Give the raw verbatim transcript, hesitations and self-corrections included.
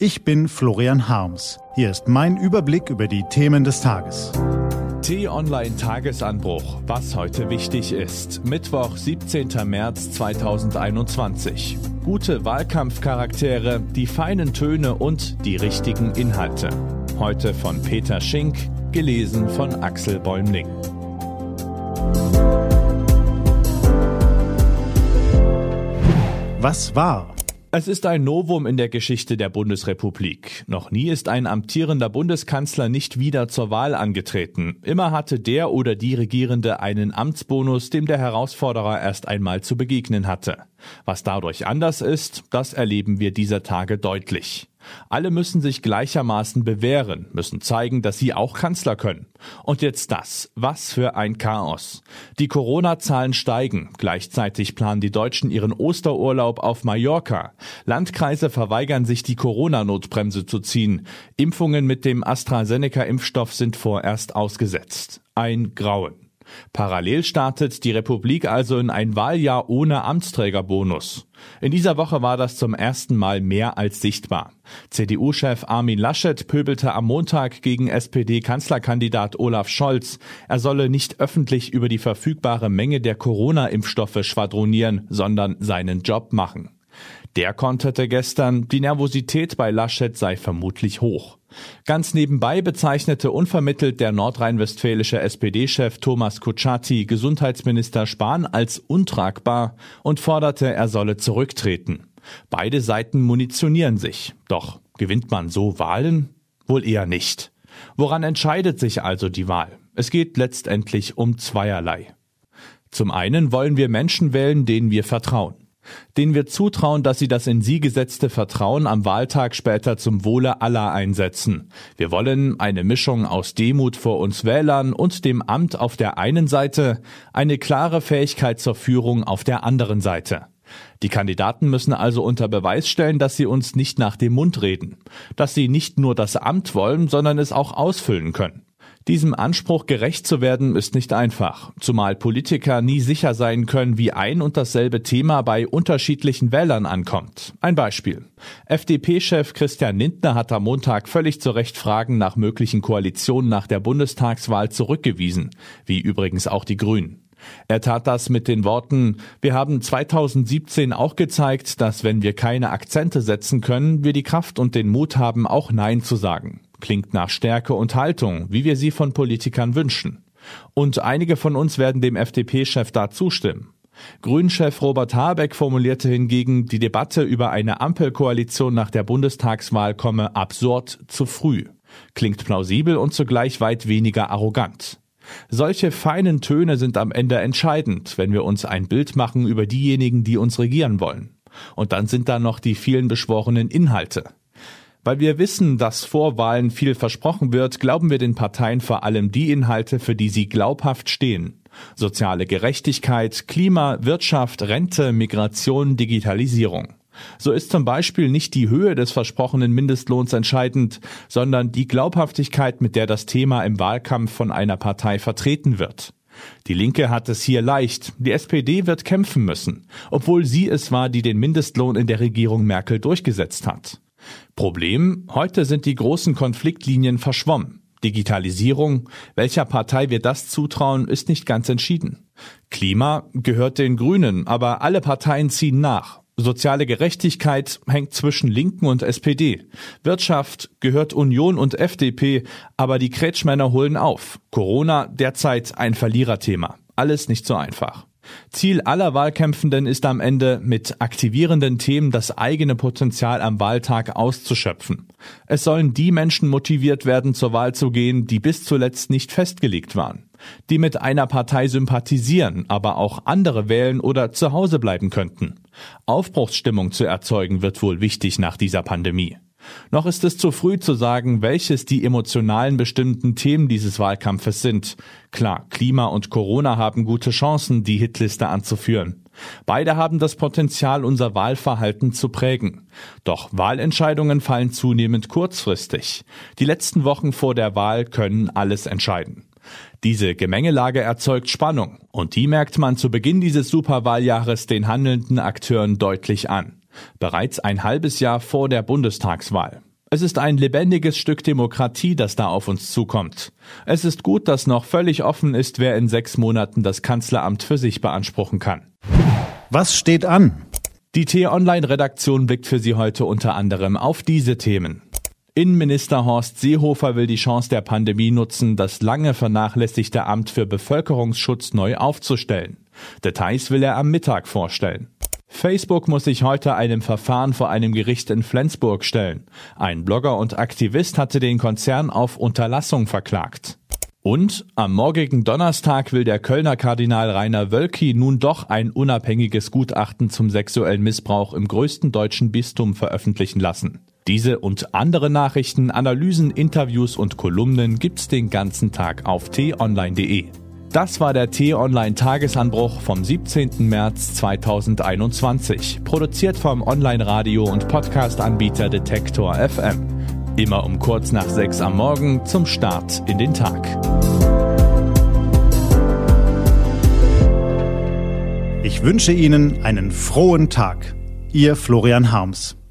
Ich bin Florian Harms. Hier ist mein Überblick über die Themen des Tages. T-Online-Tagesanbruch, was heute wichtig ist. Mittwoch, siebzehnten März zweitausendeinundzwanzig. Gute Wahlkampfcharaktere, die feinen Töne und die richtigen Inhalte. Heute von Peter Schink, gelesen von Axel Bäumling. Was war? Es ist ein Novum in der Geschichte der Bundesrepublik. Noch nie ist ein amtierender Bundeskanzler nicht wieder zur Wahl angetreten. Immer hatte der oder die Regierende einen Amtsbonus, dem der Herausforderer erst einmal zu begegnen hatte. Was dadurch anders ist, das erleben wir dieser Tage deutlich. Alle müssen sich gleichermaßen bewähren, müssen zeigen, dass sie auch Kanzler können. Und jetzt das. Was für ein Chaos. Die Corona-Zahlen steigen. Gleichzeitig planen die Deutschen ihren Osterurlaub auf Mallorca. Landkreise verweigern sich, die Corona-Notbremse zu ziehen. Impfungen mit dem AstraZeneca-Impfstoff sind vorerst ausgesetzt. Ein Grauen. Parallel startet die Republik also in ein Wahljahr ohne Amtsträgerbonus. In dieser Woche war das zum ersten Mal mehr als sichtbar. C D U-Chef Armin Laschet pöbelte am Montag gegen S P D-Kanzlerkandidat Olaf Scholz. Er solle nicht öffentlich über die verfügbare Menge der Corona-Impfstoffe schwadronieren, sondern seinen Job machen. Der konterte gestern, die Nervosität bei Laschet sei vermutlich hoch. Ganz nebenbei bezeichnete unvermittelt der nordrhein-westfälische S P D-Chef Thomas Kutschaty Gesundheitsminister Spahn als untragbar und forderte, er solle zurücktreten. Beide Seiten munitionieren sich. Doch gewinnt man so Wahlen? Wohl eher nicht. Woran entscheidet sich also die Wahl? Es geht letztendlich um zweierlei. Zum einen wollen wir Menschen wählen, denen wir vertrauen. Denen wir zutrauen, dass sie das in sie gesetzte Vertrauen am Wahltag später zum Wohle aller einsetzen. Wir wollen eine Mischung aus Demut vor uns Wählern und dem Amt auf der einen Seite, eine klare Fähigkeit zur Führung auf der anderen Seite. Die Kandidaten müssen also unter Beweis stellen, dass sie uns nicht nach dem Mund reden, dass sie nicht nur das Amt wollen, sondern es auch ausfüllen können. Diesem Anspruch gerecht zu werden, ist nicht einfach, zumal Politiker nie sicher sein können, wie ein und dasselbe Thema bei unterschiedlichen Wählern ankommt. Ein Beispiel. F D P-Chef Christian Lindner hat am Montag völlig zu Recht Fragen nach möglichen Koalitionen nach der Bundestagswahl zurückgewiesen, wie übrigens auch die Grünen. Er tat das mit den Worten: Wir haben zweitausendsiebzehn auch gezeigt, dass wenn wir keine Akzente setzen können, wir die Kraft und den Mut haben, auch Nein zu sagen. Klingt nach Stärke und Haltung, wie wir sie von Politikern wünschen. Und einige von uns werden dem F D P-Chef da zustimmen. Grünen-Chef Robert Habeck formulierte hingegen, die Debatte über eine Ampelkoalition nach der Bundestagswahl komme absurd zu früh. Klingt plausibel und zugleich weit weniger arrogant. Solche feinen Töne sind am Ende entscheidend, wenn wir uns ein Bild machen über diejenigen, die uns regieren wollen. Und dann sind da noch die vielen beschworenen Inhalte. Weil wir wissen, dass vor Wahlen viel versprochen wird, glauben wir den Parteien vor allem die Inhalte, für die sie glaubhaft stehen. Soziale Gerechtigkeit, Klima, Wirtschaft, Rente, Migration, Digitalisierung. So ist zum Beispiel nicht die Höhe des versprochenen Mindestlohns entscheidend, sondern die Glaubhaftigkeit, mit der das Thema im Wahlkampf von einer Partei vertreten wird. Die Linke hat es hier leicht. Die S P D wird kämpfen müssen, obwohl sie es war, die den Mindestlohn in der Regierung Merkel durchgesetzt hat. Problem: Heute sind die großen Konfliktlinien verschwommen. Digitalisierung, welcher Partei wir das zutrauen, ist nicht ganz entschieden. Klima gehört den Grünen, aber alle Parteien ziehen nach. Soziale Gerechtigkeit hängt zwischen Linken und S P D. Wirtschaft gehört Union und F D P, aber die Kretschmänner holen auf. Corona derzeit ein Verliererthema. Alles nicht so einfach. Ziel aller Wahlkämpfenden ist am Ende, mit aktivierenden Themen das eigene Potenzial am Wahltag auszuschöpfen. Es sollen die Menschen motiviert werden, zur Wahl zu gehen, die bis zuletzt nicht festgelegt waren. Die mit einer Partei sympathisieren, aber auch andere wählen oder zu Hause bleiben könnten. Aufbruchsstimmung zu erzeugen wird wohl wichtig nach dieser Pandemie. Noch ist es zu früh zu sagen, welches die emotionalen bestimmten Themen dieses Wahlkampfes sind. Klar, Klima und Corona haben gute Chancen, die Hitliste anzuführen. Beide haben das Potenzial, unser Wahlverhalten zu prägen. Doch Wahlentscheidungen fallen zunehmend kurzfristig. Die letzten Wochen vor der Wahl können alles entscheiden. Diese Gemengelage erzeugt Spannung und die merkt man zu Beginn dieses Superwahljahres den handelnden Akteuren deutlich an. Bereits ein halbes Jahr vor der Bundestagswahl. Es ist ein lebendiges Stück Demokratie, das da auf uns zukommt. Es ist gut, dass noch völlig offen ist, wer in sechs Monaten das Kanzleramt für sich beanspruchen kann. Was steht an? Die T-Online-Redaktion blickt für Sie heute unter anderem auf diese Themen. Innenminister Horst Seehofer will die Chance der Pandemie nutzen, das lange vernachlässigte Amt für Bevölkerungsschutz neu aufzustellen. Details will er am Mittag vorstellen. Facebook muss sich heute einem Verfahren vor einem Gericht in Flensburg stellen. Ein Blogger und Aktivist hatte den Konzern auf Unterlassung verklagt. Und am morgigen Donnerstag will der Kölner Kardinal Rainer Wölki nun doch ein unabhängiges Gutachten zum sexuellen Missbrauch im größten deutschen Bistum veröffentlichen lassen. Diese und andere Nachrichten, Analysen, Interviews und Kolumnen gibt's den ganzen Tag auf t online punkt de. Das war der T-Online-Tagesanbruch vom siebzehnten März zweitausendeinundzwanzig, produziert vom Online-Radio- und Podcast-Anbieter Detektor F M. Immer um kurz nach sechs am Morgen zum Start in den Tag. Ich wünsche Ihnen einen frohen Tag. Ihr Florian Harms.